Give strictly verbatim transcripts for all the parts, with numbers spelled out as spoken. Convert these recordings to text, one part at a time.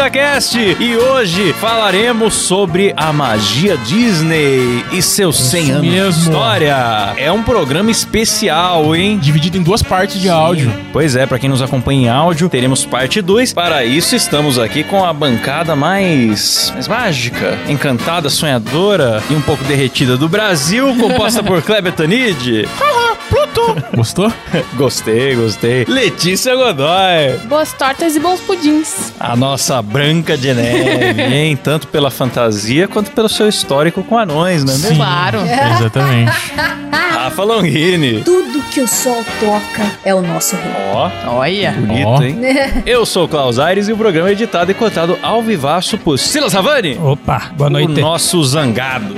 BancaCast e hoje falaremos sobre a magia Disney e seus cem anos de história. É um programa especial, hein? Dividido em duas partes de áudio. Pois é, pra quem nos acompanha em áudio, teremos parte dois. Para isso, estamos aqui com a bancada mais, mais mágica, encantada, sonhadora e um pouco derretida do Brasil, composta por Kleber Tanid. Pluto! Gostou? Gostei, gostei. Letícia Godoy. Boas tortas e bons pudins. A nossa Branca de Neve, hein? Tanto pela fantasia quanto pelo seu histórico com anões, não é mesmo? Claro. Exatamente. Rafa Longini. Tudo que o sol toca é o nosso rei. Ó, Olha. bonito, Ó. hein? Eu sou o Klaus Aires e o programa é editado e contado ao vivaço por Silas Havani. Opa, boa O noite. nosso zangado.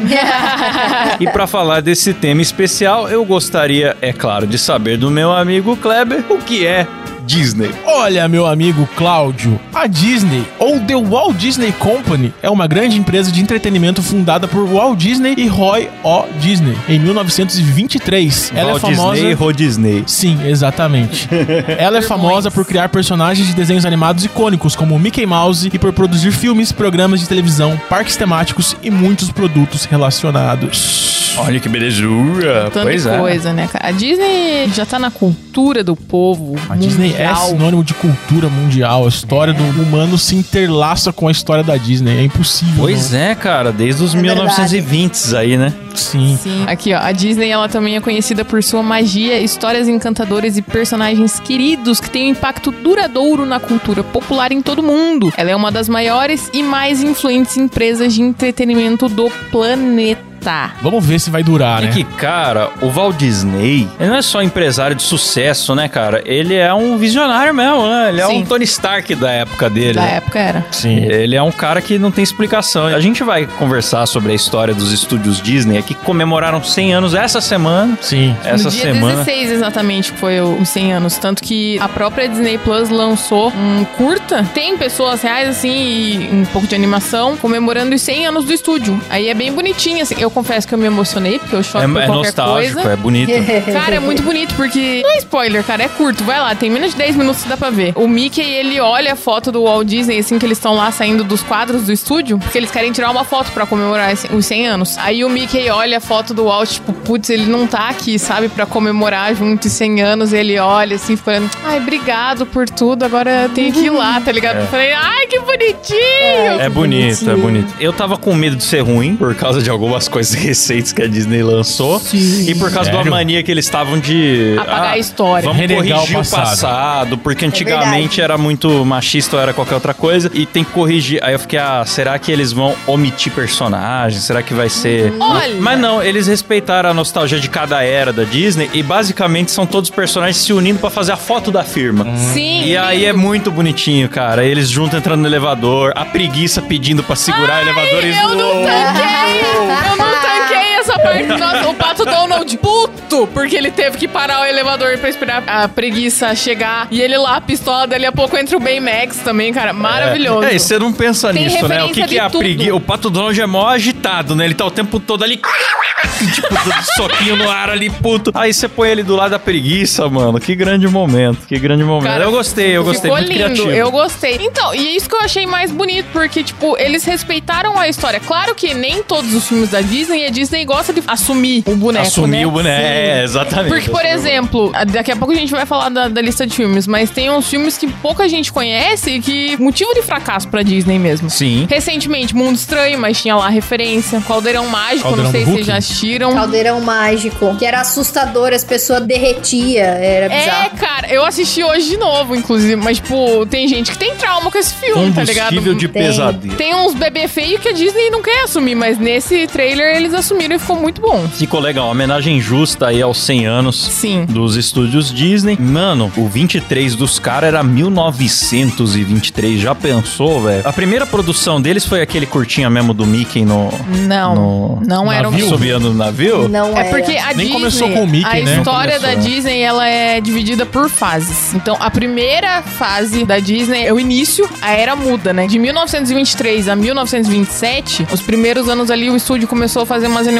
E pra falar desse tema especial, eu gostaria, é claro, de saber do meu amigo Kleber o que é Disney. Olha, meu amigo Cláudio, a Disney, ou The Walt Disney Company, é uma grande empresa de entretenimento fundada por Walt Disney e Roy O. Disney em mil novecentos e vinte e três. Ela Walt é famosa... Disney e Ro Disney. Sim, exatamente. Ela é famosa por criar personagens de desenhos animados icônicos como Mickey Mouse e por produzir filmes, programas de televisão, parques temáticos e muitos produtos relacionados. Olha que belezura. Tanta Pois é. coisa, né, cara? A Disney já tá na cultura do povo A Disney é mundial. sinônimo de cultura mundial. A história do humano se interlaça com a história da Disney. É impossível. Pois é, cara, desde os É mil novecentos e vinte aí, né? não. Sim. Sim. Aqui, ó, a Disney, ela também é conhecida por sua magia, histórias encantadoras e personagens queridos que têm um impacto duradouro na cultura popular em todo o mundo. Ela é uma das maiores e mais influentes empresas de entretenimento do planeta. Vamos ver se vai durar, E né? que, cara, o Walt Disney, ele não é só empresário de sucesso, né, cara? Ele é um visionário mesmo, né? Ele é Sim. um Tony Stark da época dele. Da né? época era. Sim. Ele é um cara que não tem explicação. A gente vai conversar sobre a história dos estúdios Disney, que comemoraram cem anos essa semana. Sim. Essa no dia semana. dezesseis, exatamente, que foi os cem anos. Tanto que a própria Disney Plus lançou um curta. Tem pessoas reais, assim, e um pouco de animação, comemorando os cem anos do estúdio. Aí é bem bonitinho, assim. Eu confesso que eu me emocionei, porque eu choro É, por é qualquer nostálgico, coisa. é bonito. Cara, é muito bonito, porque... Não é spoiler, cara, é curto. Vai lá, tem menos de dez minutos que dá pra ver. O Mickey, ele olha a foto do Walt Disney, assim, que eles estão lá saindo dos quadros do estúdio, porque eles querem tirar uma foto pra comemorar esse- os cem anos. Aí o Mickey olha a foto do Walt, tipo, putz, ele não tá aqui, sabe, pra comemorar junto os cem anos. Ele olha, assim, fica olhando, ai, obrigado por tudo, agora eu tenho que ir lá, tá ligado? Eu falei, ai, que bonitinho! É bonito, é bonitinho. bonito. Eu tava com medo de ser ruim, por causa de algumas coisas recentes que a Disney lançou. Sim. E por causa Sério? de uma mania que eles estavam de... Apagar a história. Vamos Renegar corrigir o o passado. passado, porque antigamente verdade. era muito machista ou era qualquer outra coisa. E tem que corrigir. Aí eu fiquei, ah, será que eles vão omitir personagens? Será que vai ser... Olha! Mas não, eles respeitaram a nostalgia de cada era da Disney e basicamente são todos personagens se unindo pra fazer a foto da firma. Sim. E aí é muito bonitinho, cara. Eles juntos entrando no elevador, a preguiça pedindo pra segurar o elevador e Eu não tanquei! Eu não tanquei essa parte. Nossa, o Pato Donald puto, porque ele teve que parar o elevador pra esperar a preguiça chegar. E ele lá, pistola, dali a pouco entra o Baymax também, cara. Maravilhoso. É, e você não pensa Tem nisso, né? O que, referência que é de a tudo. preguiça? O Pato Donald é mó agitado, né? Ele tá o tempo todo ali... tipo, dando soquinho no ar ali, puto. Aí você põe ele do lado da preguiça, mano. Que grande momento, que grande momento. Cara, eu gostei, eu gostei. Ficou Muito lindo, criativo. eu gostei. Então, e é isso que eu achei mais bonito, porque, tipo, eles respeitaram a história. Claro que nem todos os filmes da Disney, a Disney gosta de assumir o boneco, Assumir né? o boneco, é, exatamente. Porque, por exemplo, daqui a pouco a gente vai falar da, da lista de filmes, mas tem uns filmes que pouca gente conhece e que motivo de fracasso pra Disney mesmo. Sim. Recentemente, Mundo Estranho, mas tinha lá a referência. Caldeirão Mágico, Caldeirão não sei do se Hulk? vocês já assistiram. Caldeirão Mágico, que era assustador, as pessoas derretiam, era É, bizarro. cara, eu assisti hoje de novo, inclusive, mas, tipo, tem gente que tem trauma com esse filme, tá ligado? Combustível de Tem. pesadelo. Tem uns bebê feio que a Disney não quer assumir, mas nesse trailer eles assumiram e ficou muito bom. Ficou legal, uma homenagem justa aí aos cem anos Sim. dos estúdios Disney. Mano, o vinte e três dos caras era mil novecentos e vinte e três, já pensou, velho? A primeira produção deles foi aquele curtinha mesmo do Mickey no... Não, No não era um navio? Subindo no navio? Não É era. porque a Nem Disney, começou com o Mickey, a né? história Não da começou, é. Disney, ela é dividida por fases. Então, a primeira fase da Disney é o início, a era muda, né? De mil novecentos e vinte e três a mil novecentos e vinte e sete, os primeiros anos ali, o estúdio começou a fazer umas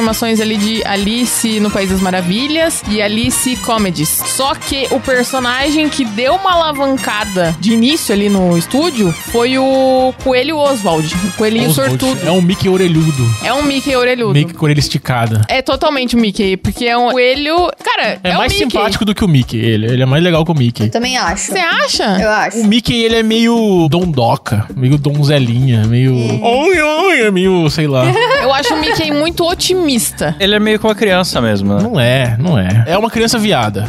animações ali de Alice no País das Maravilhas e Alice Comedies. Só que o personagem que deu uma alavancada de início ali no estúdio foi o Coelho Oswald, o coelhinho Oswald. sortudo. É um Mickey orelhudo. É um Mickey orelhudo. Mickey com orelha esticada. É totalmente o Mickey, porque é um coelho... Cara, É, é mais o Mickey. simpático do que o Mickey, ele. Ele é mais legal que o Mickey. Eu também acho. Você acha? Eu acho. O Mickey, ele é meio dondoca, meio donzelinha, meio... Oi, oi, é meio, sei lá. Eu acho o Mickey muito otimista. Ele é meio com uma criança mesmo, né? Não é, não é. É uma criança viada.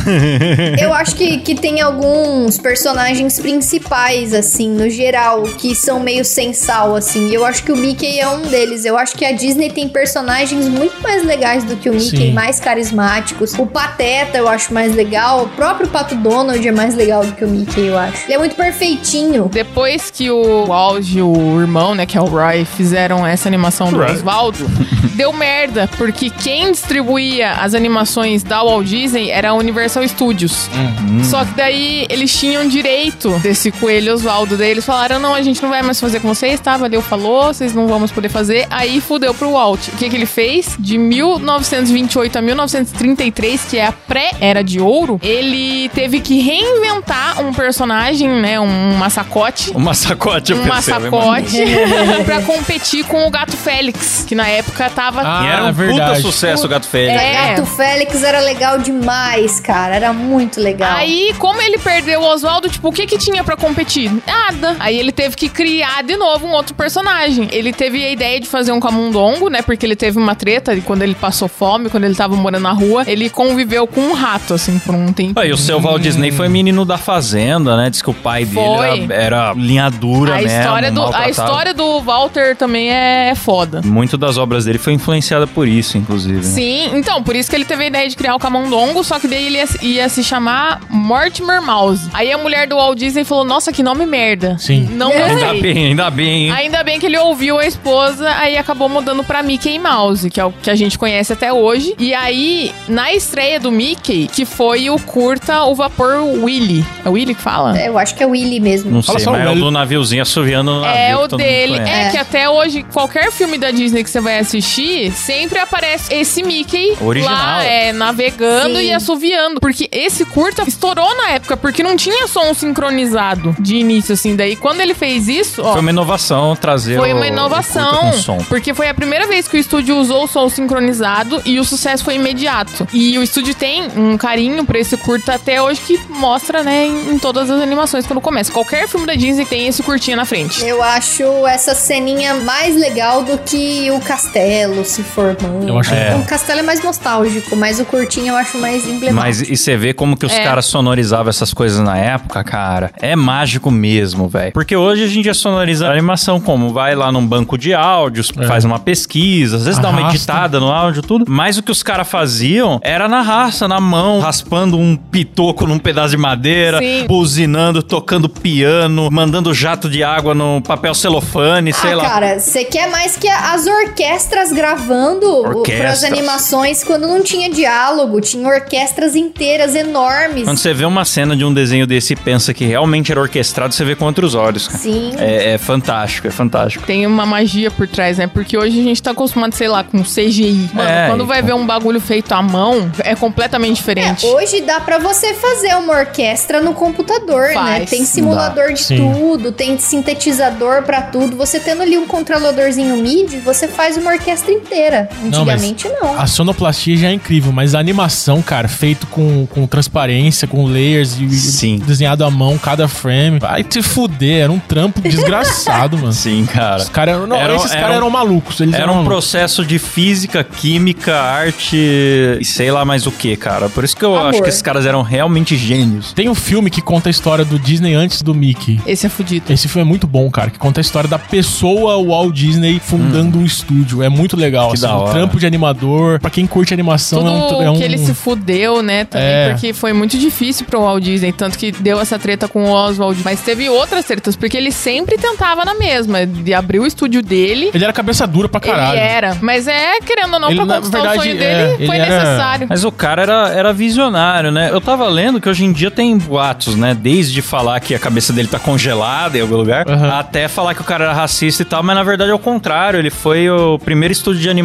Eu acho que, que tem alguns personagens principais, assim, no geral, que são meio sem sal, assim. Eu acho que o Mickey é um deles. Eu acho que a Disney tem personagens muito mais legais do que o Mickey, Sim. mais carismáticos. O Pateta eu acho mais legal. O próprio Pato Donald é mais legal do que o Mickey, eu acho. Ele é muito perfeitinho. Depois que o Walt e o irmão, né, que é o Roy, fizeram essa animação do Roy. Osvaldo, deu merda, porque quem distribuía as animações da Walt Disney era a Universal Studios. Hum. Só que daí eles tinham direito desse coelho Osvaldo. Daí eles falaram, não, a gente não vai mais fazer com vocês, tá? Valeu, falou, vocês não vamos poder fazer. Aí fudeu pro Walt. O que que ele fez? De mil novecentos e vinte e oito a mil novecentos e trinta e três, que é a pré-era de ouro, ele teve que reinventar um personagem, né? Um massacote. Um massacote, eu Um percebo, hein, massacote pra competir com o Gato Félix, que na época tava... Ah, E era um é verdade. puta sucesso o Gato Félix. É. Gato Félix era legal demais, cara. Era muito legal. Aí, como ele perdeu o Oswaldo, tipo, o que que tinha pra competir? Nada. Aí ele teve que criar de novo um outro personagem. Ele teve a ideia de fazer um camundongo, né? Porque ele teve uma treta e quando ele passou fome, quando ele tava morando na rua, ele conviveu com um rato, assim, por um tempo. Ah, e o seu Walt Disney foi menino da fazenda, né? Diz que o pai Foi. dele era, era linha dura A mesmo. história, do, a maltratava. história do Walter também é foda. Muito das obras dele foi influenciada por isso, inclusive. né? Sim, então, por isso que ele teve a ideia de criar o camundongo, só que daí ele ia, ia se chamar Mortimer Mouse. Aí a mulher do Walt Disney falou, nossa, que nome merda. Sim. Não Ainda gostei. bem, ainda bem. hein? Ainda bem que ele ouviu a esposa, aí acabou mudando pra Mickey Mouse, que é o que a gente conhece até hoje. E aí, na estreia do Mickey, que foi o curta O Vapor Willy. É o Willy que fala? É, eu acho que é o Willy mesmo. Não Fala sei, só mas o é o velho. do naviozinho assoviando no navio. É que o todo mundo dele. conhece. É, É. que até hoje, qualquer filme da Disney que você vai assistir, sempre aparece esse Mickey Original. lá, é, navegando Sim. e assoviando. Porque esse curta estourou na época, porque não tinha som sincronizado de início, assim. Daí, quando ele fez isso, ó... Foi uma inovação trazer Foi o- uma o inovação, curta com som. porque foi a primeira vez que o estúdio usou o som sincronizado e o sucesso foi imediato. E o estúdio tem um carinho pra esse curta até hoje que mostra, né, em, em todas as animações quando começa. Qualquer filme da Disney tem esse curtinha na frente. Eu acho essa ceninha mais legal do que o castelo se formando. Eu acho É. legal. O castelo é mais nostálgico, mas o curtinho eu acho mais emblemático. Mas e você vê como que os É. caras sonorizavam essas coisas na época, cara. É mágico mesmo, velho. Porque hoje a gente já sonoriza a animação como? Vai lá num banco de áudios, É. faz uma pesquisa, às vezes dá uma Arrasta. editada no áudio, tudo. Mas o que os caras faziam era na raça, na mão, raspando um pitoco num pedaço de madeira, Sim. buzinando, tocando piano, mandando jato de água no papel celofane, sei ah, lá. cara, você quer mais que as orquestras gravando Orquestras. para as animações quando não tinha diálogo, tinha orquestras inteiras enormes. Quando você vê uma cena de um desenho desse e pensa que realmente era orquestrado, você vê com outros olhos, cara. Sim. É, é fantástico, é fantástico. Tem uma magia por trás, né? Porque hoje a gente tá acostumado, sei lá, com C G I. Mano, É, quando vai então. ver um bagulho feito à mão, é completamente diferente. É, hoje dá pra você fazer uma orquestra no computador, né? Faz. Tem simulador de Sim. tudo, tem sintetizador pra tudo. Você tendo ali um controladorzinho M I D I, você faz uma orquestra inteira. Não, mas Antigamente não. A sonoplastia já é incrível, mas a animação, cara, feito com, com transparência, com layers e Sim. desenhado à mão, cada frame. Vai te fuder, era um trampo desgraçado, mano. Sim, cara. Os caras, não, Era- esses era caras um- eram malucos. Eles Era eram um malucos. processo de física, química, arte e sei lá mais o que, cara. Por isso que eu Amor. acho que esses caras eram realmente gênios. Tem um filme que conta a história do Disney antes do Mickey. Esse é fudido. Esse filme é muito bom, cara, que conta a história da pessoa Walt Disney fundando um estúdio. É muito legal, Que assim, da o hora. trampo de animador. Pra quem curte animação, Tudo é um... É um... que ele se fudeu, né, também, É. porque foi muito difícil pro Walt Disney, tanto que deu essa treta com o Oswald. Mas teve outras tretas, porque ele sempre tentava na mesma, de abrir o estúdio dele. Ele era cabeça dura pra caralho. Ele era. Mas é, querendo ou não, Ele, pra na conquistar verdade, o sonho é, dele, ele foi era- necessário. Mas o cara era, era visionário, né? Eu tava lendo que hoje em dia tem boatos, né? Desde falar que a cabeça dele tá congelada em algum lugar, Uhum. até falar que o cara era racista e tal, mas na verdade é o contrário. Ele foi o primeiro estúdio de animação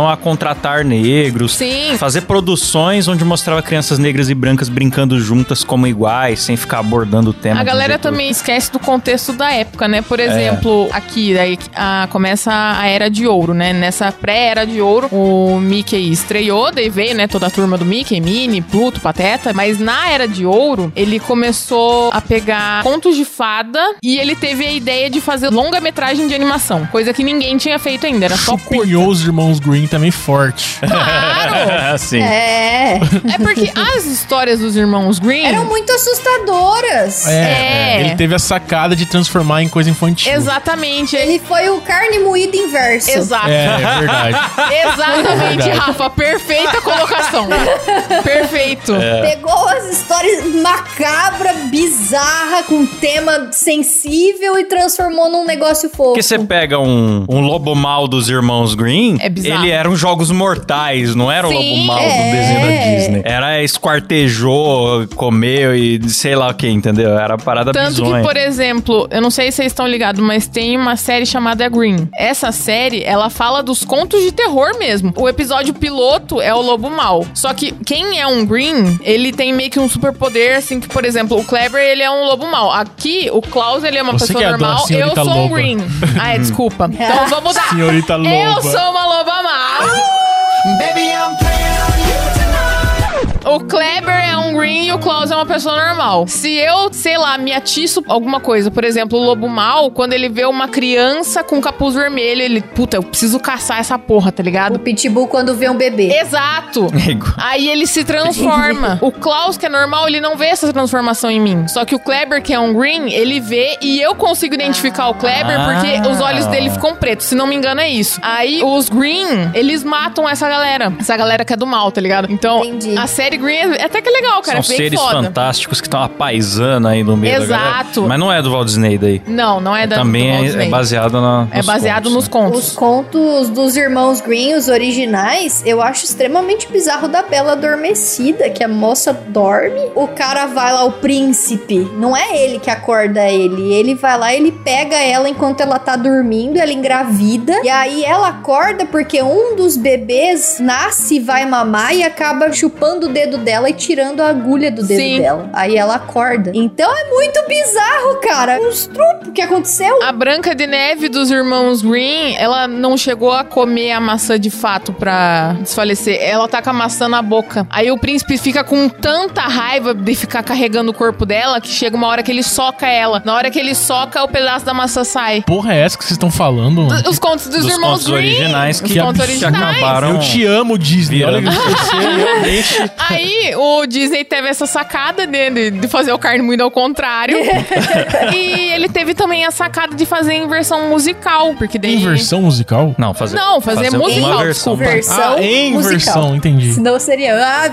disposição a contratar negros. Sim. Fazer produções onde mostrava crianças negras e brancas brincando juntas como iguais, sem ficar abordando o tema. A galera jeito... também esquece do contexto da época, né? Por exemplo, é. aqui daí, a, começa a Era de Ouro, né? Nessa pré-Era de Ouro, o Mickey estreou, daí veio, né, toda a turma do Mickey, Minnie, Pluto, Pateta, mas na Era de Ouro, ele começou a pegar contos de fada e ele teve a ideia de fazer longa-metragem de animação, coisa que ninguém tinha feito ainda, era só curta. Chupinhou os irmãos Green também forte. Claro! Sim. É. É porque as histórias dos irmãos Green eram muito assustadoras. É, É. ele teve a sacada de transformar em coisa infantil. Exatamente. Ele foi o carne moída inverso. Exato. É, é verdade. Exatamente, Verdade. Rafa. Perfeita colocação. Perfeito. Pegou as histórias macabra, bizarra, com tema sensível e transformou num negócio fofo. Porque você pega um, um lobo mal dos irmãos Green, É bizarro. ele eram jogos mortais, não era o Sim, lobo mal é. do desenho da Disney. Era esquartejou, comeu e sei lá o que, entendeu? Era parada Tanto bizonha. que, por exemplo, eu não sei se vocês estão ligados, mas tem uma série chamada Green. Essa série, ela fala dos contos de terror mesmo. O episódio piloto é o lobo mau. Só que quem é um Green, ele tem meio que um superpoder, assim, que, por exemplo, o Kleber, ele é um lobo mau. Aqui, o Klaus, ele é uma Você pessoa que é a dona normal. Eu senhorita sou um loba. Green. Ah, é, desculpa. Então vamos mudar. Senhorita loba. Eu sou uma loba mau. Baby, I'm playing on you tonight. O Kleber é um Green e o Klaus é uma pessoa normal. Se eu, sei lá, me atiço alguma coisa, por exemplo, o lobo mau, quando ele vê uma criança com capuz vermelho, ele, puta, eu preciso caçar essa porra, tá O ligado? Pitbull quando vê um bebê. Exato. Igual. Aí ele se transforma. O Klaus, que é normal, ele não vê essa transformação em mim. Só que o Kleber, que é um Green, ele vê e eu consigo identificar o Kleber Ah. porque os olhos dele ficam pretos. Se não me engano, é isso. Aí os Green, eles matam essa galera. Essa galera que é do mal, tá ligado? Então, Entendi. a série Green é até que é legal, cara. São é bem seres foda. fantásticos que estão apaisando aí no meio da galera. Exato. Mas não é do Walt Disney daí. Não, não é da Também do Walt é, Disney. é baseado na É baseado contos, nos né? contos. Os contos dos irmãos Green, os originais, eu acho extremamente bizarro da Bela Adormecida, que a moça dorme, o cara vai lá, o príncipe, não é ele que acorda ele, ele vai lá, ele pega ela enquanto ela tá dormindo, ela engravida, e aí ela acorda porque um dos bebês nasce, vai mamar e acaba chupando o dedo dela e tirando a agulha do dedo Sim. dela. Aí ela acorda. Então é muito bizarro, cara. Uns trupos que aconteceu. A Branca de Neve dos irmãos Green, ela não chegou a comer a maçã de fato pra desfalecer. Ela tá com a maçã na boca. Aí o príncipe fica com tanta raiva de ficar carregando o corpo dela que chega uma hora que ele soca ela. Na hora que ele soca, o pedaço da maçã sai. Porra, é essa que vocês estão falando? mano? Os contos dos, Dos irmãos contos Green. originais Os que, contos que originais. acabaram. Eu te amo, Disney. Olha que Virando. você realmente... Aí o Disney teve essa sacada dele de fazer o carne moída ao contrário. E ele teve também a sacada de fazer em versão musical, porque daí... Em versão musical? Não, fazer, Não, fazer musical, uma versão. desculpa. Versão Ah, em musical. versão, entendi. Senão seria. Ah,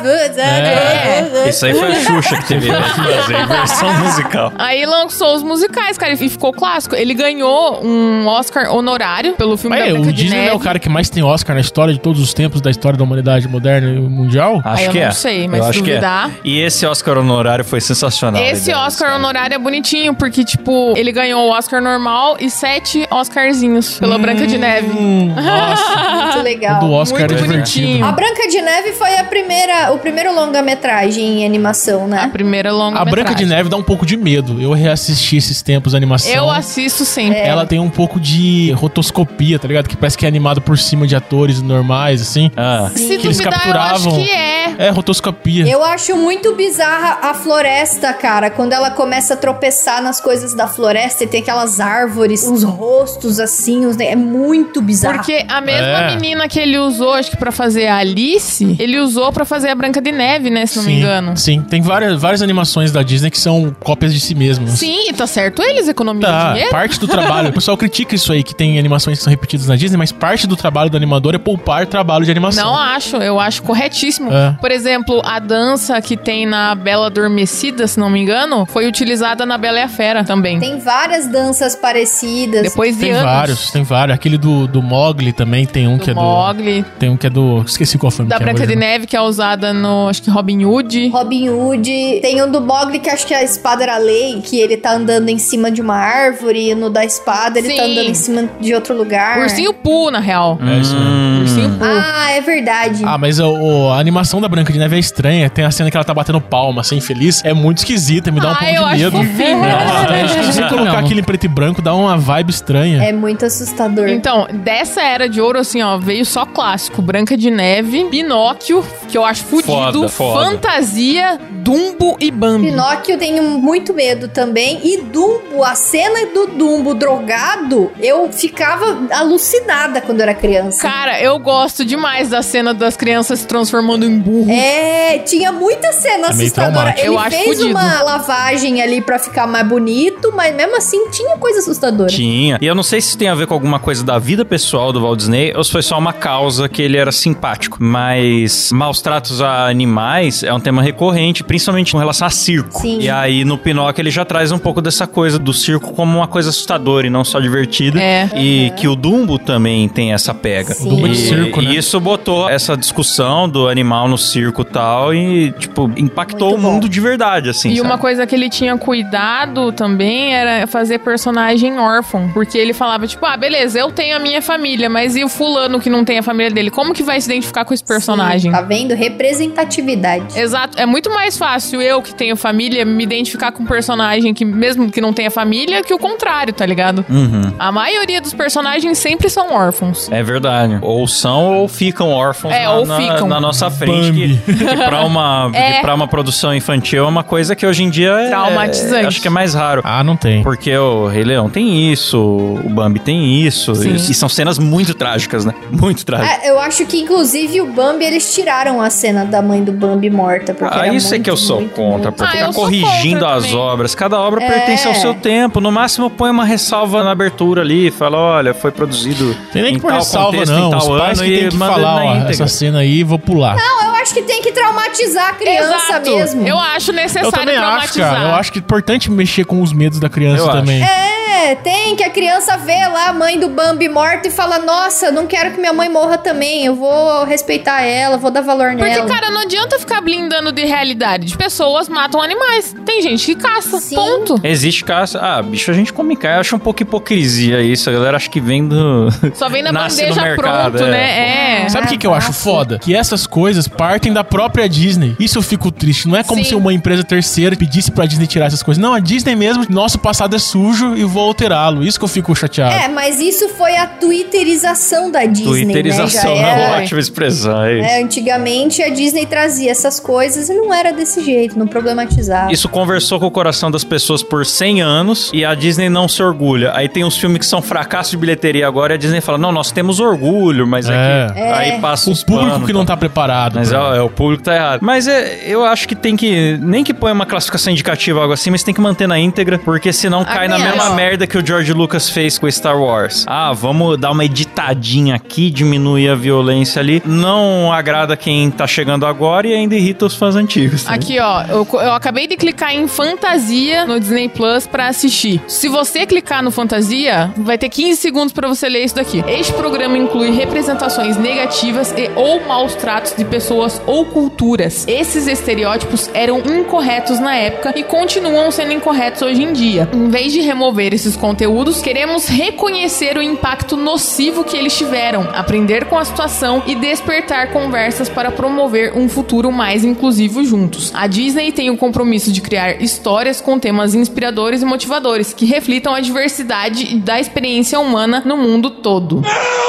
É. Isso aí foi a Xuxa que teve né, que fazer em versão musical. Aí lançou os musicais, cara, e ficou clássico. Ele ganhou um Oscar honorário pelo filme Mas da é, Branca o de Disney Neve. não é o cara que mais tem Oscar na história de todos os tempos da história da humanidade moderna e mundial? Acho Ah, eu que não é. sei, mas eu se acho que duvidar- é. E esse Oscar honorário foi sensacional. Esse a ideia Oscar desse cara. honorário é bonitinho, porque, tipo, ele ganhou o Oscar normal e sete Oscarzinhos pela Branca de Neve. Hum, nossa, Muito o legal. do Oscar Muito é bonitinho. divertido. A Branca de Neve foi a primeira, o primeiro longa-metragem em animação, A né? primeira longa A Branca de Neve dá um pouco de medo. Eu reassisti esses tempos a animação. Eu assisto sempre. Ela tem um pouco de rotoscopia, tá ligado? Que parece que é animado por cima de atores normais, assim. Ah, Se que eles duvidar, eu acho capturavam. que é. É, rotoscopia. Eu acho muito bizarra a floresta, cara. Quando ela começa a tropeçar nas coisas da floresta e tem aquelas árvores, uns rostos assim, os... é muito bizarro. Porque a mesma É. menina que ele usou, acho que pra fazer a Alice, ele usou pra fazer a Branca de Neve, né? Se não sim, me engano. Sim, tem várias, várias animações da Disney que são cópias de si mesmas. Sim, e tá certo. Eles economizam Tá, dinheiro. parte do trabalho. O pessoal critica isso aí, que tem animações que são repetidas na Disney, mas parte do trabalho do animador é poupar trabalho de animação. Não acho, eu acho corretíssimo. É. Por exemplo, a dança que tem na Bela Adormecida, se não me engano, foi utilizada na Bela e a Fera também. Tem várias danças parecidas. Depois de Tem anos. vários, tem vários. Aquele do, do Mowgli também tem um Do que é Mowgli, do. Tem um que é do. Esqueci qual foi. da que é Branca de original. Neve, que é usada no, acho que Robin Hood. Robin Hood. Tem um do Mowgli que acho que a espada era lei, que ele tá andando em cima de uma árvore, e no da espada ele Sim. tá andando em cima de outro lugar. Ursinho Pooh, na real. É isso mesmo. Hum. Ursinho tempo. Ah, é verdade. Ah, mas o, o- a animação da Branca de Neve é estranha. Tem a cena que ela tá batendo palma, assim, feliz. É muito esquisita, me dá um Ah, pouco eu de acho medo. fofinho. Nossa, se você colocar Não. aquilo em preto e branco, dá uma vibe estranha. É muito assustador. Então, dessa era de ouro, assim, ó, veio só clássico. Branca de Neve, Pinóquio, que eu acho fudido, Foda, foda. Fantasia, Dumbo e Bambi. Pinóquio eu tenho muito medo também. E Dumbo, a cena do Dumbo drogado, eu ficava alucinada quando eu era criança. Cara, eu gosto demais da cena das crianças se transformando em burro. É, tinha muita cena É meio assustadora. traumático. Ele Eu acho fez fudido. uma lavagem ali pra ficar mais bonito, mas mesmo assim tinha coisa assustadora. Tinha. E eu não sei se tem a ver com alguma coisa da vida pessoal do Walt Disney ou se foi só uma causa que ele era simpático. Mas maus tratos a animais é um tema recorrente, principalmente com relação a circo. Sim. E aí no Pinóquio ele já traz um pouco dessa coisa do circo como uma coisa assustadora e não só divertida. É. E que o Dumbo também tem essa pega. Sim. O Dumbo é de E- circo, né? E isso botou essa discussão do animal no circo e tal e, tipo, impactou Muito o bom. mundo de verdade, assim. E sabe? uma coisa que ele tinha cuidado também era fazer personagem órfão. Porque ele falava, tipo, ah, beleza, eu tenho a minha família, mas e o fulano que não tem a família dele? Como que vai se identificar com esse personagem? Sim, tá vendo? Representatividade. Exato, é muito mais fácil eu que tenho família me identificar com um personagem que, mesmo que não tenha família, que o contrário, tá ligado? Uhum. A maioria dos personagens sempre são órfãos. É verdade. Ou são ou ficam órfãos É, na, ou na- ficam. na nossa frente. Que, Bambi. que pra uma, É. que pra uma produção infantil é uma coisa que hoje em dia é... Traumatizante. Acho que é mais raro. Ah, não tem. Porque o Rei Leão tem isso, o Bambi tem isso. Sim. E, e são cenas muito trágicas, né? Muito trágicas. É, eu acho que, inclusive, o Bambi, eles tiraram a cena da mãe do Bambi morta. Porque Ah, era isso é muito, que eu sou muito, contra, muito- por Ah, ficar eu sou corrigindo contra as também. obras. Cada obra É. pertence ao seu tempo. No máximo, põe uma ressalva na abertura ali, fala, olha, foi produzido Tem nem em que pôr tal ressalva, contexto, não. em tal Os pais ano, que e tem que manda falar, na ó, íntegra. essa cena aí, vou pular. Não, eu acho que tem que traumatizar a criança Exato. mesmo. Eu acho necessário Eu também acho, traumatizar. cara. Eu acho que é importante mexer com os medos da criança Eu acho. também. É, tem que a criança vê lá a mãe do Bambi morta e fala: nossa, não quero que minha mãe morra também. Eu vou respeitar ela, vou dar valor Porque, nela. cara, não adianta ficar blindando de realidade. Pessoas matam animais. Tem gente que caça. Sim. Ponto. Existe caça. Ah, bicho, a gente come carne. Eu acho um pouco hipocrisia isso. A galera acha que vem do. Só vem na Nasce no bandeja mercado, pronto, é. né? É. Sabe o que, que eu acho foda? Que essas coisas partem da própria Disney. Isso eu fico triste. Não é como Sim. se uma empresa terceira pedisse pra Disney tirar essas coisas. Não, a Disney mesmo, nosso passado é sujo e vou alterá-lo. Isso que eu fico chateado. É, mas isso foi a twitterização da Disney, Twitterização né? Já é uma era... ótima expressão. É isso. É, antigamente a Disney trazia essas coisas e não era desse jeito, não problematizava. Isso conversou com o coração das pessoas por cem anos e a Disney não se orgulha. Aí tem uns filmes que são fracassos de bilheteria agora e a Disney fala, não, nós temos orgulho, mas é, É. que... Aí passa O os público panos, que não tá? tá preparado. Mas é, pra- é, o público tá errado. Mas é, eu acho que tem que... Nem que põe uma classificação indicativa ou algo assim, mas tem que manter na íntegra, porque senão cai na minha- mesma ó. merda que o George Lucas fez com Star Wars. Ah, vamos dar uma editadinha aqui, diminuir a violência ali. Não agrada quem tá chegando agora e ainda irrita os fãs antigos. tá? Aqui, ó, eu, eu acabei de clicar em Fantasia no Disney Plus pra assistir. Se você clicar no Fantasia, vai ter quinze segundos pra você ler isso daqui. Este programa inclui representações negativas e ou maus tratos de pessoas ou culturas. Esses estereótipos eram incorretos na época e continuam sendo incorretos hoje em dia. Em vez de remover esses conteúdos, queremos reconhecer o impacto nocivo que eles tiveram, aprender com a situação e despertar conversas para promover um futuro mais inclusivo juntos. A Disney tem o compromisso de criar histórias com temas inspiradores e motivadores que reflitam a diversidade da experiência humana no mundo todo.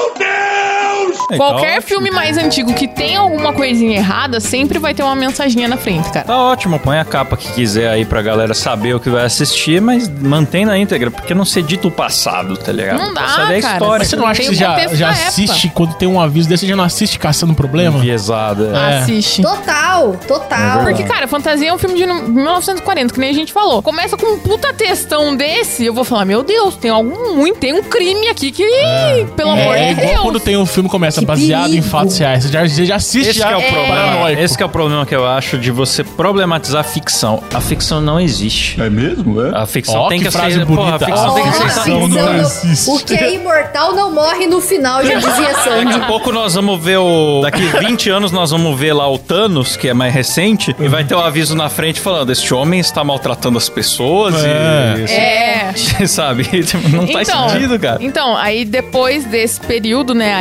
É, Qualquer tá filme mais antigo que tenha alguma coisinha errada sempre vai ter uma mensaginha na frente, cara. Tá ótimo, põe a capa que quiser aí pra galera saber o que vai assistir, mas mantém na íntegra, porque não se edita o passado, tá ligado? Não dá, Saber a cara. história. Mas você não acha Tem que você um já, contexto já da época. assiste quando tem um aviso desse, você já não assiste caçando problema? Enviesado, é. É. Assiste. Total, total. Porque, cara, Fantasia é um filme de mil novecentos e quarenta, que nem a gente falou. Começa com um puta textão desse, eu vou falar, meu Deus, tem algum muito, tem um crime aqui que, pelo amor É, é de igual Deus. quando tem um filme que começa Que baseado em perigo. fatos reais. Você já, você já assiste Esse já que é o problema. paranoico. Esse que é o problema que eu acho de você problematizar a ficção. A ficção não existe. É mesmo? É? A ficção Ó, tem que que, frase ser. Porra, a bonita. ficção A tem que Nossa, ser. ficção ficção não não- existe. O que é imortal não morre no final, já dizia Daqui Sandy. a pouco nós vamos ver o. Daqui vinte anos nós vamos ver lá o Thanos, que é mais recente, e vai ter um aviso na frente falando: este homem está maltratando as pessoas É. e. É. Sabe? Não faz sentido, cara. Então, aí depois desse período, né, a Era de Ouro,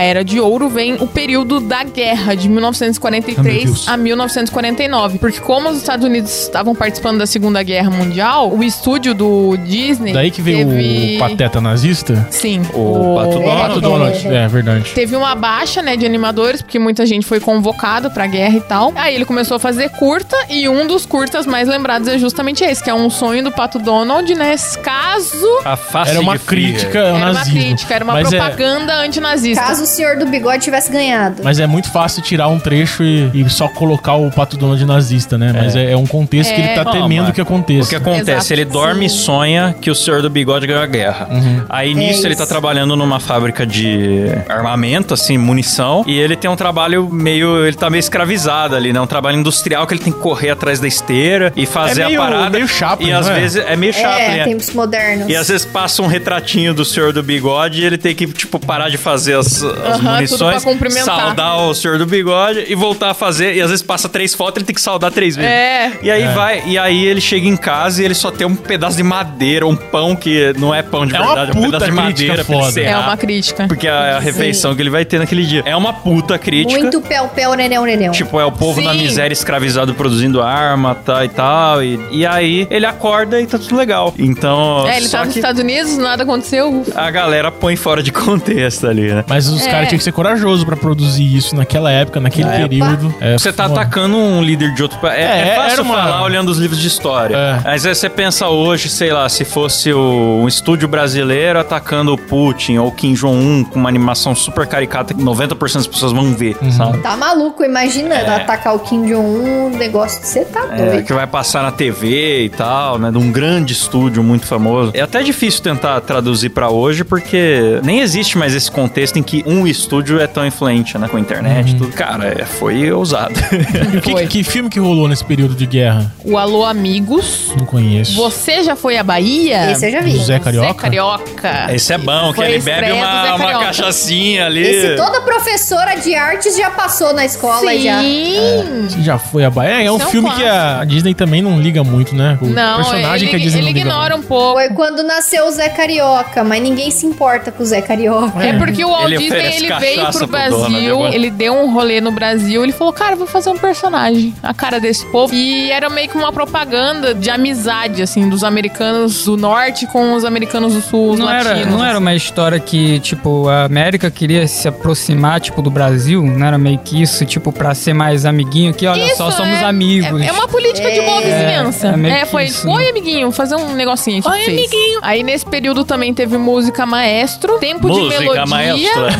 ouro vem o período da guerra, de mil novecentos e quarenta e Ah, meu três Deus. a mil novecentos e quarenta e nove. Porque como os Estados Unidos estavam participando da Segunda Guerra Mundial, o estúdio do Disney Daí que veio teve... o pateta nazista? Sim. O Pato O Donald. Pato Donald. É, verdade. Teve uma baixa, né, de animadores, porque muita gente foi convocado pra guerra e tal. Aí ele começou a fazer curta, e um dos curtas mais lembrados é justamente esse, que é Um Sonho do Pato Donald, né? Caso... A face Era uma de Führer. crítica ao Era uma nazismo. crítica, era uma Mas é- propaganda antinazista. Caso o senhor do bigode tivesse ganhado. Mas é muito fácil tirar um trecho e, e só colocar o Pato Donald nazista, né? Mas é, é um contexto que ele tá É. temendo Não, que O aconteça. que acontece? Exato. Ele dorme e Sim. sonha que o senhor do bigode ganhou a guerra. Uhum. Aí nisso É ele isso. tá trabalhando numa fábrica de armamento, assim, munição. E ele tem um trabalho meio... Ele tá meio escravizado ali, né? Um trabalho industrial que ele tem que correr atrás da esteira e fazer É meio- a parada. meio Chaplin, E às não é? vezes é meio Chaplin, É, é. tempos modernos. E às vezes passa um retratinho do senhor do bigode e ele tem que, tipo, parar de fazer as, as Aham, tudo munições, pra cumprimentar. saudar o senhor do bigode e voltar a fazer. E às vezes passa três fotos ele tem que saudar três vezes. É. E aí vai, e aí ele chega em casa e ele só tem um pedaço de madeira, um pão que não é pão de É uma verdade, é um puta pedaço de crítica madeira pra ele foda. serrar. É uma crítica. Porque é a Sim. refeição que ele vai ter naquele dia. É uma puta crítica. Muito pel-pel, neném, neném. Tipo, é o povo Sim. na miséria escravizado produzindo arma, tá, e tal. E, e aí ele acorda e tá tudo legal. Então. É, ele só tava nos que Estados Unidos, nada aconteceu. a galera põe fora de contexto ali, né? Mas os É. caras tinham que ser corajosos pra produzir isso naquela época, naquele Na período. É, Você tá foda. atacando um líder de outro país. É, É, é fácil era uma- falar olhando os livros de história. É. Mas aí você pensa hoje, sei lá, se fosse o, um estúdio brasileiro atacando o Putin ou Kim Jong-un com uma animação super caricata que noventa por cento das pessoas vão ver, Uhum. sabe? Tá maluco, imagina atacar o Kim Jong-un, o negócio de você tá É, doido. que vai passar na T V e tal, né? De um grande estúdio muito famoso. É até difícil tentar traduzir pra hoje, porque nem existe mais esse contexto em que um estúdio é tão influente, né? Com a internet e tudo. Cara, é, foi ousado. E o que, Foi. que filme que rolou nesse período de guerra? O Alô Amigos. Não conheço. Você já foi à Bahia? Esse eu já vi. Do Zé Carioca? Zé Carioca. Esse é bom, que Foi a ele bebe estreia do Zé uma, uma Carioca. cachaçinha ali. Esse toda professora de artes já passou na escola já. Sim. Você já foi a Bahia? É um Isso é um filme que a Disney também não liga muito, né? O Não, personagem ele, que a Disney ele não liga ignora muito. um pouco. Foi quando nasceu o Zé Carioca, mas ninguém se importa com o Zé Carioca. É porque o Walt Ele Disney, oferece ele veio cachaça pro pro Donald, Brasil, né? ele deu um rolê no Brasil, ele falou, cara, vou fazer um personagem, a cara desse povo. E era meio que uma propaganda de amizade, assim, dos americanos do norte com os americanos do sul, os Não era, latinos. não era uma história que, tipo, a América queria se aproximar, tipo, do Brasil? Não era meio que isso, tipo, pra ser mais amiguinho? Que, olha Isso, só, somos é- amigos. É, é uma política de boa vizinhança. é meio É, que foi, isso, tipo, né? oi, amiguinho, fazer um negocinho aqui Oi, pra vocês. amiguinho. Aí nesse período também teve música maestro, tempo de Música melodia. maestra.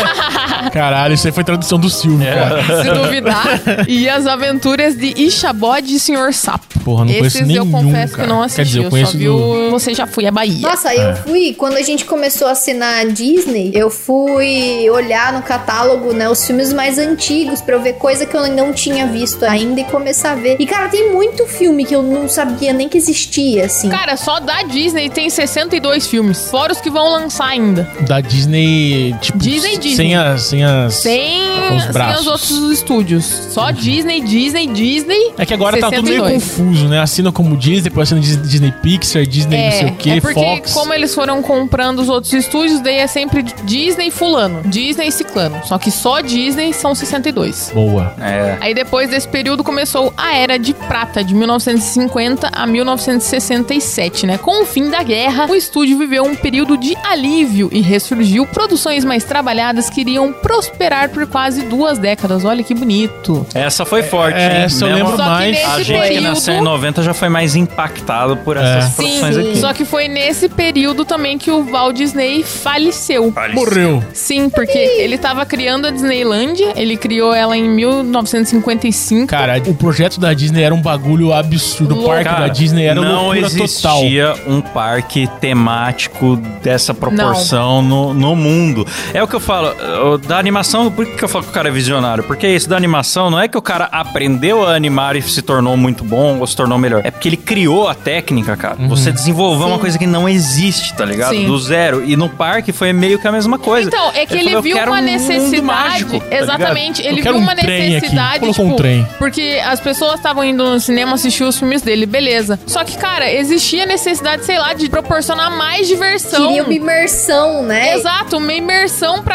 Caralho, isso aí foi tradução do Silvio, É. cara. Se duvidar. E as aventuras de Ixabode e Senhor Sapo. Porra, não conheço Esses eu nenhum, confesso cara. que não Quer assisti. dizer, eu eu conheço só vi o do- Você Já Foi à Bahia. Nossa, eu fui, quando a gente começou a assinar a Disney, eu fui olhar no catálogo, né, os filmes mais antigos pra eu ver coisa que eu não tinha visto ainda e começar a ver. E, cara, tem muito filme que eu não sabia nem que existia, assim. Cara, só da Disney tem sessenta e dois filmes. Fora os que vão lançar ainda. Da Disney, tipo, Disney, Disney. sem as... Sem as... Sem, Os sem braços. os outros estúdios. Só Disney, Disney, Disney. É que agora tá tudo meio sessenta e dois. confuso, né? Assina como Disney, depois assina Dis- Disney Pixar, Disney não sei o que, é porque Fox. como eles foram comprando os outros estúdios, daí é sempre Disney fulano, Disney ciclano. Só que só Disney são sessenta e dois. Boa. É. Aí depois desse período começou a Era de Prata, de mil novecentos e cinquenta a mil novecentos e sessenta e sete, né? Com o fim da guerra, o estúdio viveu um período de alívio e ressurgiu produções mais trabalhadas que iriam prosperar por quase duas décadas. Olha que bonito. Essa foi forte, É, hein? essa eu Mesmo lembro Só que mais. nesse A gente que período- nasceu em noventa já foi mais impactado por essas É. produções Sim, aqui. só que foi nesse período também que o Walt Disney faleceu. Morreu. Sim, porque ele tava criando a Disneylândia, ele criou ela em mil novecentos e cinquenta e cinco. Cara, o projeto da Disney era um bagulho absurdo. O Louco. parque Cara, da Disney era não loucura total. existia um parque temático dessa proporção no, no mundo. É o que eu falo, o- da animação, por que eu falo que o cara é visionário? Porque isso da animação não é que o cara aprendeu a animar e se tornou muito bom ou se tornou melhor. É porque ele criou a técnica, cara. Você desenvolveu uma coisa que não existe, tá ligado? Sim. Do zero. E no parque foi meio que a mesma coisa. Então, é que ele, falou, eu viu quero uma um mundo necessidade. mágico, tá Exatamente, Eu ele quero viu um uma trem aqui. necessidade, Colocou tipo, um trem. porque as pessoas estavam indo no cinema assistir os filmes dele, beleza. Só que, cara, existia necessidade, sei lá, de proporcionar mais diversão. Queria uma imersão, né? Exato, uma imersão pra galera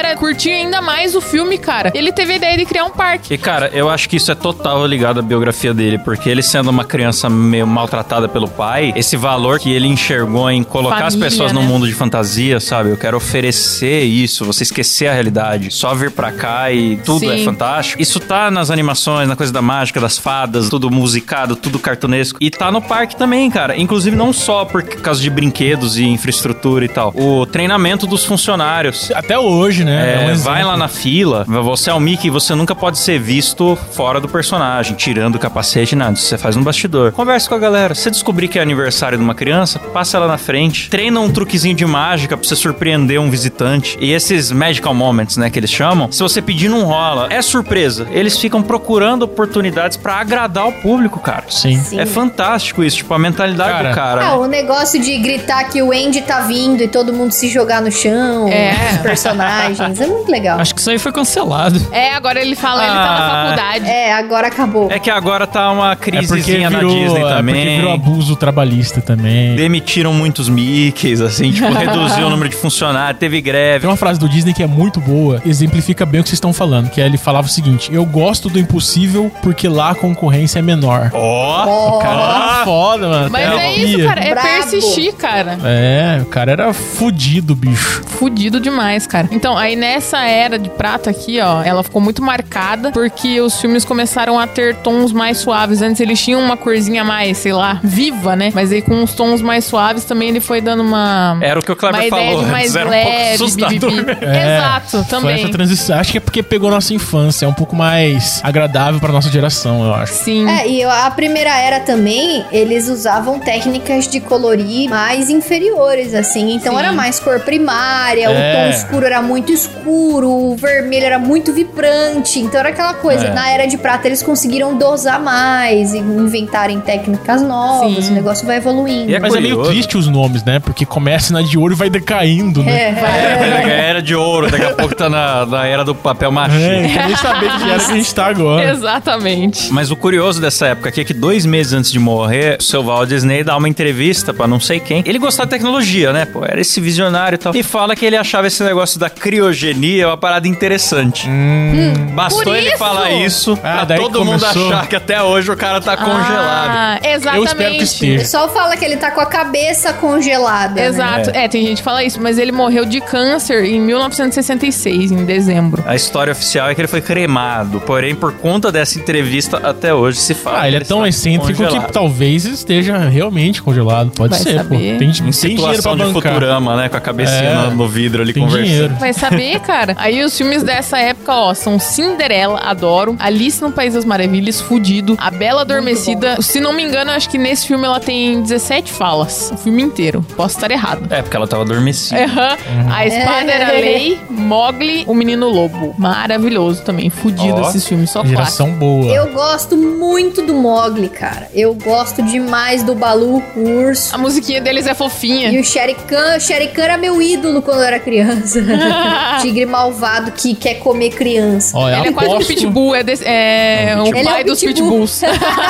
para curtir ainda mais o filme, cara, ele teve a ideia de criar um parque. E, cara, eu acho que isso é total ligado à biografia dele, porque ele sendo uma criança meio maltratada pelo pai, esse valor que ele enxergou em colocar Família, as pessoas né? no mundo de fantasia, sabe? Eu quero oferecer isso, você esquecer a realidade, só vir pra cá e tudo Sim. é fantástico. Isso tá nas animações, na coisa da mágica, das fadas, tudo musicado, tudo cartunesco. E tá no parque também, cara. Inclusive não só por causa de brinquedos e infraestrutura e tal. O treinamento dos funcionários. Até hoje, né? É, um exemplo. vai lá na fila, você é o Mickey, você nunca pode ser visto fora do personagem, tirando o capacete, nada. Isso você faz no bastidor. Conversa com a galera. Se você descobrir que é aniversário de uma criança, passa ela na frente. Treina um truquezinho de mágica pra você surpreender um visitante. E esses magical moments, né, que eles chamam, se você pedir não rola. É surpresa. Eles ficam procurando oportunidades pra agradar o público, cara. Sim. Sim. É fantástico isso, tipo, a mentalidade Cara, do cara. Ah, o negócio de gritar que o Andy tá vindo e todo mundo se jogar no chão, É. os personagens, é muito legal. Acho que isso aí foi cancelado. É, agora ele fala, ele tá na Ah. faculdade. É, agora acabou. É que agora tá uma É porque crisezinha virou, na Disney é porque também. virou abuso trabalhista também. Demitiram muitos Mickeys, assim, tipo, reduziu o número de funcionários, teve greve. Tem uma frase do Disney que é muito boa, exemplifica bem o que vocês estão falando, que é, ele falava o seguinte: eu gosto do impossível porque lá a concorrência é menor. Ó! Ó, Cara, foda, mano. Mas até é arrepia. isso, cara, é Brabo. persistir, cara. É, o cara era fudido, bicho. Fudido demais, cara. Então, aí nessa era de prata aqui, ó, ela ficou muito marcada porque os filmes começaram a ter tons mais suaves. Antes eles tinham uma corzinha mais, sei lá, viva, né? Mas aí com uns tons mais suaves também ele foi dando uma... Era o que o Kleber uma ideia falou, de mais antes era um pouco leve, assustador. bibibi. É, Exato, Foi também. essa transição. Acho que é porque pegou nossa infância, é um pouco mais agradável pra nossa geração, eu acho. Sim. É, e a primeira era também, eles usavam técnicas de colorir mais inferiores, assim. Então Sim. era mais cor primária, É. o tom escuro era muito escuro, o vermelho era muito vibrante. Então era aquela coisa. É. Na era de prata eles conseguiram dosar mais e inventarem técnicas novas. Sim. O negócio vai evoluindo. E é Mas é meio curioso. triste os nomes, né? Porque começa na de ouro e vai decaindo, né? É, É, era de ouro, daqui a pouco tá na, na era do papel machê. É, não quer nem saber que era que a gente tá agora. Exatamente. Mas o curioso dessa época aqui é que dois meses antes de morrer, o seu Walt Disney dá uma entrevista pra não sei quem. Ele gostava de tecnologia, né? Pô, era esse visionário e tal. E fala que ele achava esse negócio da criogenia uma parada interessante. Bastou Por ele isso? falar isso Ah, pra daí todo mundo começou. achar que até hoje o cara tá congelado. Ah, Eu exatamente. espero que O esteja. pessoal fala que ele tá com a cabeça congelada. né? Exato. É. tem gente que fala isso, mas ele morreu de câncer em mil novecentos e sessenta e seis, em dezembro. A história oficial é que ele foi cremado. Porém, por conta dessa entrevista, até hoje se fala. Ah, ele é que tão está excêntrico congelado. que talvez esteja realmente congelado. Pode Vai ser, saber. pô. Tem, Em tem dinheiro pra situação de bancar. Futurama, né? Com a cabecinha É. no, no vidro ali Tem conversando. dinheiro. Vai saber, cara. Aí os filmes dessa época, ó, são Cinderela, adoro. Alice no País das Maravilhas, fudido. A Bela Adormecida. Se não me engano, eu acho que nesse filme ela tem dezessete falas. O filme inteiro. Posso estar errado. É, porque ela tava adormecida. Aham. A Espada Era Lei, Mowgli, O Menino Lobo. Maravilhoso também. Fudido Ó, esses filmes, só clássico. Geração boa. Eu gosto muito do Mowgli, cara. Eu gosto demais do Balu, o urso. A musiquinha deles é fofinha. E o Shere Khan, o Shere Khan era meu ídolo quando eu era criança. Tigre malvado que quer comer criança. Ó, eu Ele é quase um aposto, pitbull, é, desse- é É um o pitbull. Ele é pai um dos pitbull. pitbulls.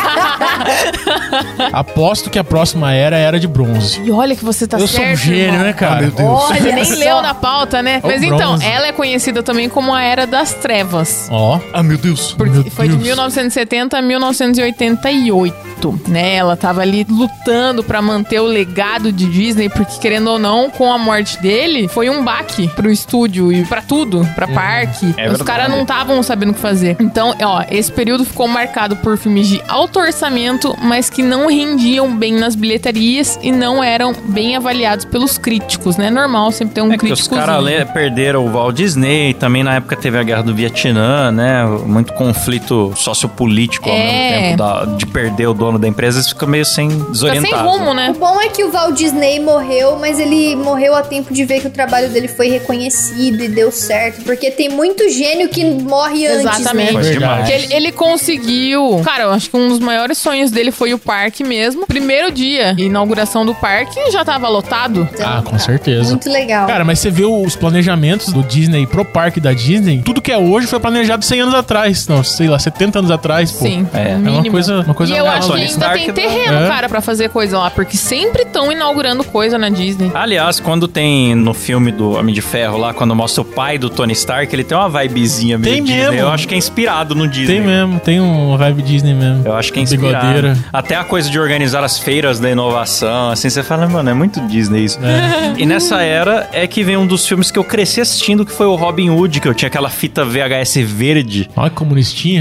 aposto que a próxima era é a Era de Bronze. E olha que você tá eu certo, sou um gênio, irmão. né, cara? Ah, meu Deus. Olha Você nem só. leu na pauta, né? Ó, Mas então, bronze. ela é conhecida também como a Era das Trevas. Ó. Ah, meu Deus. Porque Meu foi de Deus. mil novecentos e setenta a mil novecentos e oitenta e oito, né? Ela tava ali lutando pra manter o legado de Disney, porque querendo ou não, com a morte dele, foi um baque pro estúdio e pra tudo, pra parque. É Os verdade. caras não estavam sabendo o que fazer. Então, ó, esse período ficou marcado por filmes de alto orçamento, mas que não rendiam bem nas bilheterias e não eram bem avaliados pelos críticos, né? Normal, sempre tem um É que os crítico. caras perderam o Walt Disney, também na época teve a Guerra do Vietnã, né? Muito conflito sociopolítico ao É. mesmo tempo da- de perder o dono da empresa, eles ficam meio sem Fica desorientado. sem rumo, né? O bom é que o Walt Disney morreu, mas ele morreu a tempo de ver que o trabalho dele foi reconhecido e deu certo. Porque tem muito gênio que morre antes, Exatamente. né? Foi demais. Que ele, ele conseguiu. Cara, eu acho que um dos maiores sonhos dele foi o parque mesmo. Primeiro dia, inauguração do parque, já tava lotado. Ah, com certeza. Muito legal. Cara, mas você vê os planejamentos do Disney pro parque da Disney, tudo que é hoje foi planejado cem anos atrás. Não, sei lá, setenta anos atrás, pô. Sim, É, é o uma É uma mínimo. coisa, uma coisa E eu maluca. acho Tony ainda Stark tem da- terreno, É. cara, pra fazer coisa lá, porque sempre estão inaugurando coisa na Disney. Aliás, quando tem no filme do Homem de Ferro lá, quando mostra o pai do Tony Stark, ele tem uma vibezinha meio Tem Disney. mesmo. Eu acho que é inspirado no Disney. Tem mesmo, tem uma vibe Disney mesmo. Eu acho que é inspirado. Bigodeira. Até a coisa de organizar as feiras da inovação, assim, você fala, mano, é muito Disney isso. E nessa era é que vem um dos filmes que eu cresci assistindo, que foi o Robin Hood, que eu tinha aquela fita V H S verde. Olha que comunistinha.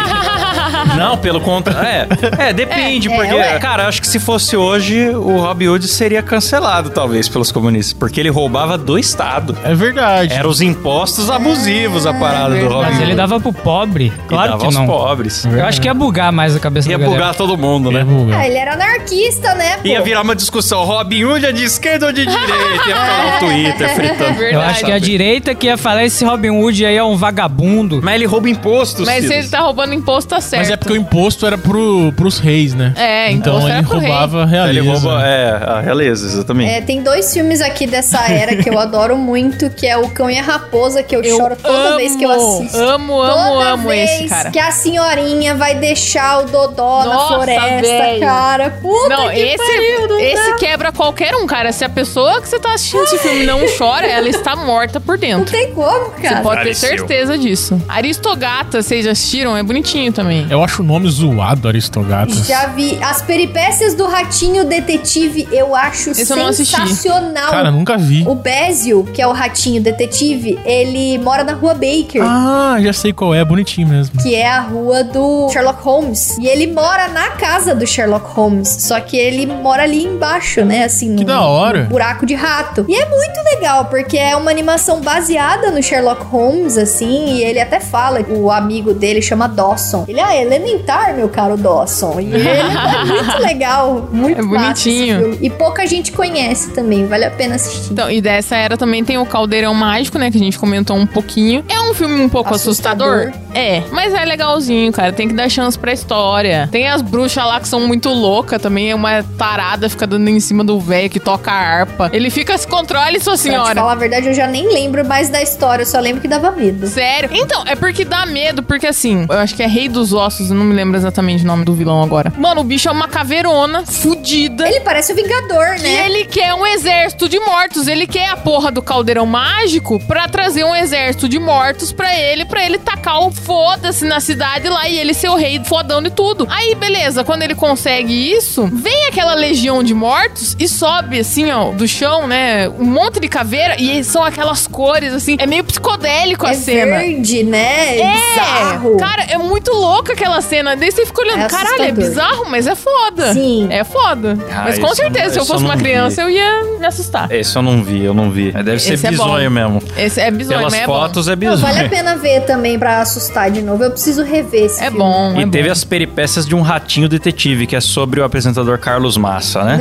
Não, pelo contrário. É, é, depende, É, porque, ué. cara, eu acho que se fosse hoje, o Robin Hood seria cancelado, talvez, pelos comunistas, porque ele roubava do Estado. É verdade. Eram os impostos abusivos a parada do Robin Mas Hood. ele dava pro pobre. Claro e dava que aos não. pobres. Eu acho que ia bugar mais a cabeça Ia da galera. bugar todo mundo, né? Ah, ele era anarquista, né, pô? Ia virar uma discussão, Robin Hood é de esquerda ou de direita? Ia ficar no Twitter fritando. Eu acho que a direita que ia falar esse Robin Hood aí é um vagabundo. Mas ele rouba impostos, Mas se filhos. ele tá roubando imposto, tá certo. Mas é porque o imposto era pro, pros reis, né? É, Então imposto ele era pro rei. roubava a Ele realeza. rouba, é, a realeza, exatamente. É, tem dois filmes aqui dessa era que eu adoro muito, que é O Cão e a Raposa, que eu, Eu choro toda amo, vez que eu assisto. Amo, amo, Toda amo vez esse, cara. que a senhorinha vai deixar o Dodó na Nossa, floresta, velho. cara. Puta Não, que esse, pariu, não esse dá. quebra qualquer um, cara. Se a pessoa que você tá assistindo esse filme não chora, ela está morta por Não dentro. tem como, cara. Você pode ter Pareceu. certeza disso. Aristogata, vocês já assistiram? É bonitinho também. Eu acho o nome zoado, Aristogatas. Já vi As Peripécias do Ratinho Detetive, eu acho Esse eu não assisti. sensacional. Cara, nunca vi. O Bézio, que é o Ratinho Detetive, ele mora na rua Baker. Ah, já sei qual é, bonitinho mesmo. Que é a rua do Sherlock Holmes. E ele mora na casa do Sherlock Holmes. Só que ele mora ali embaixo, né? Assim, no, Que da hora. no buraco de rato. E é muito legal, porque é uma animação baseada no Sherlock Holmes, assim. E ele até fala, o amigo dele chama Dawson. Ele, ah, é elementar, meu caro Dawson. E ele é muito legal. Muito É massa esse bonitinho. filme. E pouca gente conhece também. Vale a pena assistir. Então, e dessa era também tem o Caldeirão Mágico, né? Que a gente comentou um pouquinho. É um filme um pouco assustador. Assustador. É, mas é legalzinho, cara. Tem que dar chance pra história. Tem as bruxas lá que são muito loucas também. É uma tarada, fica dando em cima do velho que toca a harpa. Ele fica, se controle, sua Pra te senhora. falar a verdade, eu já nem lembro mais da história. Eu só lembro que dava medo. Sério? Então, é porque dá medo, porque assim, eu acho que é Rei dos Ossos, eu não me lembro exatamente o nome do vilão agora. Mano, o bicho é uma caveirona, fudida. Ele parece o Vingador, E né? ele quer um exército de mortos. Ele quer a porra do caldeirão mágico pra trazer um exército de mortos pra ele, pra ele tacar o foda-se na cidade lá e ele ser o rei fodão de tudo. Aí, beleza, quando ele consegue isso, vem aquela legião de mortos e sobe, assim, ó, do chão, né? Um monte de caveira e são aquelas cores, assim. É meio psicodélico a É cena. verde, né? É, Bizarro. cara, é muito louca aquela cena. Daí você fica olhando, É caralho, é assustador. bizarro, mas é foda. Sim. É foda. Ah, mas com esse eu certeza, não- se eu esse eu fosse uma não vi. criança, eu ia me assustar. Esse eu não vi, eu não vi. Mas deve ser Esse é bizonho bom. mesmo. Esse é bizonho, Pelas mas é fotos é Não, bizonho. vale a pena ver também pra assustar de novo. Eu preciso rever esse bom. É filme. bom, E é teve bom. as peripécias de um ratinho detetive, que é sobre o apresentador Carlos Massa, né?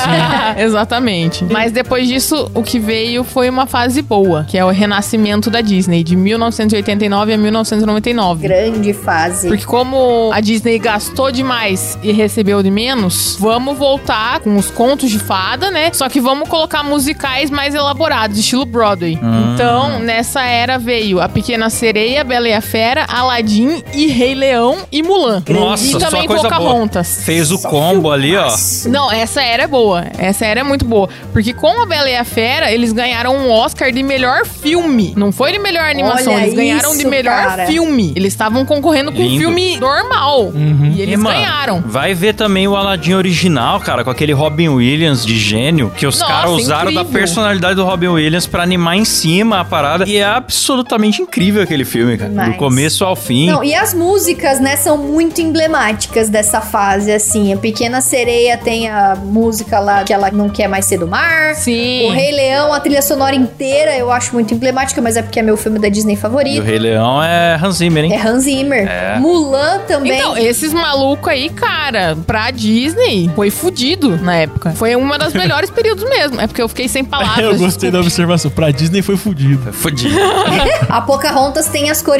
Exatamente. Mas depois disso, o que veio foi uma fase boa, que é o renascimento da Disney, de mil novecentos e oitenta e nove a mil novecentos e noventa e nove. Grande fase. Porque como a Disney gastou demais e recebeu de menos, vamos voltar com os contos de fada, né? Só que vamos colocar musicais mais elaborados, estilo Broadway. Então, nessa era veio A Pequena Sereia, Bela e a Fera, Aladdin e Rei Leão e Mulan. Nossa, e só também coisa boa. Pocahontas. Fez o combo ali, ó. Não, essa era é boa. Essa era é muito boa. Porque com a Bela e a Fera, eles ganharam um Oscar de melhor filme. Não foi de melhor animação, Olha eles ganharam de isso, melhor cara. filme. Eles estavam concorrendo com um Lindo. filme normal. E eles E, mano, ganharam. vai ver também o Aladdin original, cara, com aquele Robin Williams de gênio, que os Nossa, caras usaram incrível. da personalidade do Robin Williams pra animar em cima a parada. E é absolutamente incrível aquele filme, cara. Demais. Do começo ao fim. Não, e as músicas, né, são muito emblemáticas dessa fase, assim. A Pequena Sereia tem a música lá que ela não quer mais ser do mar. Sim. O Rei Leão, a trilha sonora inteira, eu acho muito emblemática, mas é porque é meu filme da Disney E o favorito. Rei Leão é Hans Zimmer, hein? É Hans Zimmer. É. Mulan também. Então, esses malucos aí, cara, pra Disney, foi fudido na época. Foi uma das melhores períodos mesmo. É porque eu fiquei sem palavras. Eu gostei da observação. Pra Disney foi fudido. Fudido. A Pocahontas tem as cores do vento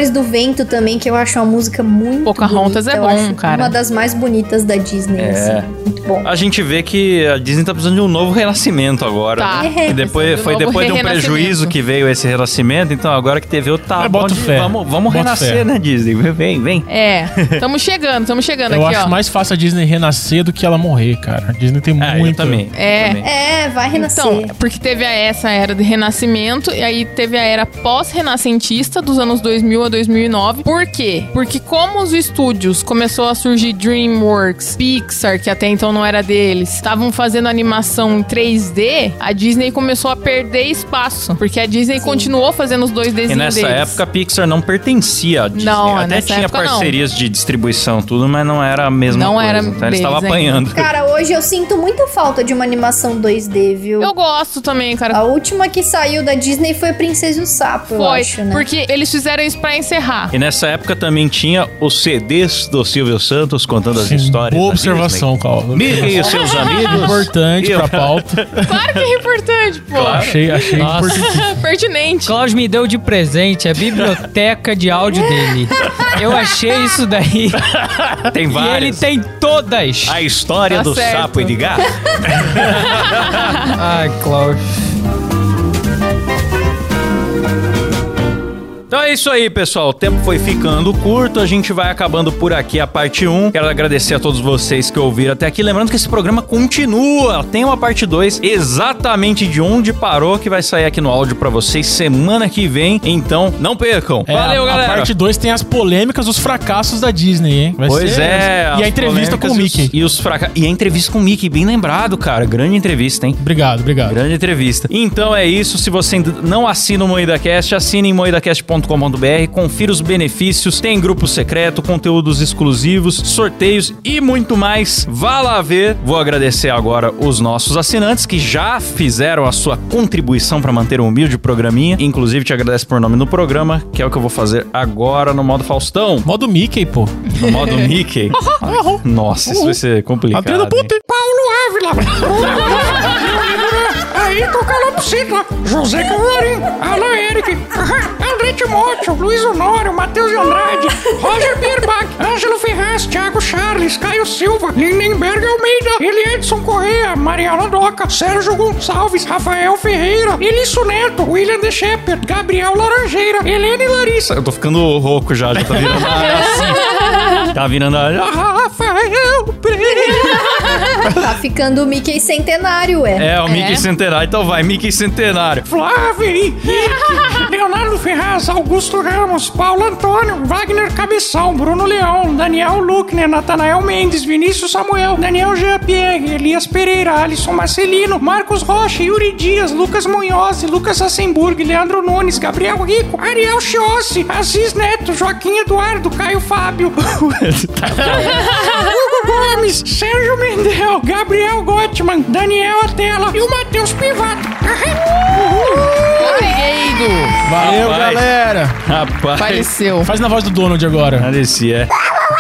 Renascimento também, que eu acho uma música muito Pocahontas bonita. é Eu bom, acho cara. Uma das mais bonitas da Disney, É. assim. Muito bom. A gente vê que a Disney tá precisando de um novo renascimento agora, Tá. né? E depois, Precisando foi de um depois de um novo prejuízo renascimento. que veio esse renascimento, então agora que teve outro, tá Eu bom boto de- fé. Vamos, vamos Boto renascer, fé. né, Disney? Vem, vem. É, estamos chegando, estamos chegando Eu aqui, acho ó. mais fácil a Disney renascer do que ela morrer, cara. A Disney tem Ah, eu muito. também. eu É. também. É, vai renascer. Então, porque teve a- essa era de renascimento e aí teve a era pós-renascentista dos anos dois mil a dois mil e nove. Por quê? Porque como os estúdios começou a surgir DreamWorks, Pixar, que até então não era deles, estavam fazendo animação em três D, a Disney começou a perder espaço, porque a Disney continuou fazendo os dois E desenhos nessa deles. época a Pixar não pertencia à Disney. Não, Até nessa tinha época não. parcerias de distribuição, tudo, mas não era a mesma Não coisa. era Então eles deles estavam ainda. apanhando. Cara, hoje eu sinto muita falta de uma animação dois D, viu? Eu gosto também, cara. A última que saiu da Disney foi a Princesa e o Sapo, eu Foi, acho, né? porque eles fizeram isso pra encerrar. E nessa época também tinha os C Ds do Silvio Santos contando as Sim, histórias. boa da observação, Paulo. Disney. Mickey e os seus amigos. Importante Eu- pra pauta. Claro que é importante, pô. Achei, achei Nossa. importante. Pertinente. Cláudio me deu de presente a biblioteca de áudio dele. Eu achei isso daí. Tem E ele várias. tem todas. A história Tá do certo. sapo Edgar. Ai, Cláudio. Então é isso aí, pessoal. O tempo foi ficando curto. A gente vai acabando por aqui a parte um. Quero agradecer a todos vocês que ouviram até aqui. Lembrando que esse programa continua. Tem uma parte dois exatamente de onde parou, que vai sair aqui no áudio pra vocês semana que vem. Então, não percam. É, Valeu, a, galera. A parte dois tem as polêmicas, os fracassos da Disney, hein? Vai Pois ser- é. E a as entrevista com o polêmicas Mickey. E os, e os fraca... E a entrevista com o Mickey, bem lembrado, cara. Grande entrevista, hein? Obrigado, obrigado. Grande entrevista. Então é isso. Se você ainda não assina o MoídaCast, assine em moidacast ponto com ponto b r. Confira os benefícios. Tem grupo secreto, conteúdos exclusivos, sorteios e muito mais. Vá lá ver. Vou agradecer agora os nossos assinantes que já fizeram a sua contribuição para manter um humilde programinha. Inclusive, te agradeço por nome no programa, que é o que eu vou fazer agora no modo Faustão. Modo Mickey, pô. No modo Mickey. Nossa, isso vai ser complicado. Adriano hein? Puter. Paulo Ávila. Aí tô calopsita. José Cavarim. Alan Eric. André Timóteo. Luiz Honório. Matheus de Andrade. Roger Bierbach. Ângelo Ferraz. Thiago Charles. Caio Silva. Lindenberg Almeida. Eli Edson Correia. Mariana Doca. Sérgio Gonçalves. Rafael Ferreira. Elício Neto. William De Shepard. Gabriel Laranjeira. Helena e Larissa. Eu tô ficando rouco já, já tá virando a... Tá virando a... Rafael Pereira. Tá ficando o Mickey centenário, é. É, o Mickey É. Centenário. Então vai, Mickey Centenário. Flávio Henrique, Leonardo Ferraz, Augusto Ramos, Paulo Antônio, Wagner Cabeção, Bruno Leão, Daniel Luckner, Natanael Mendes, Vinícius Samuel, Daniel Jean-Pierre, Elias Pereira, Alisson Marcelino, Marcos Rocha, Yuri Dias, Lucas Munhoz, Lucas Assenburg, Leandro Nunes, Gabriel Rico, Ariel Chiossi, Assis Neto, Joaquim Eduardo, Caio Fábio, Hugo Gomes, Sérgio Mendel, Gabriel Gottman, Daniel Atela e o Matheus Pivato. Obrigado. Valeu, Rapaz. galera. Rapaz. Faleceu. Faz na voz do Donald agora. Pareci, é.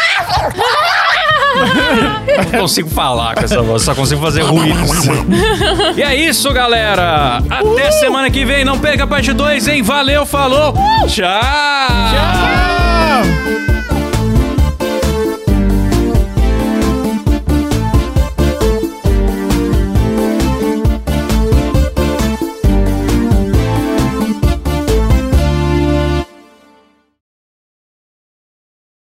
Eu não consigo falar com essa voz, só consigo fazer ruídos. E é isso, galera. Até semana que vem. Não perca a parte dois, hein? Valeu, falou. Tchau. Tchau.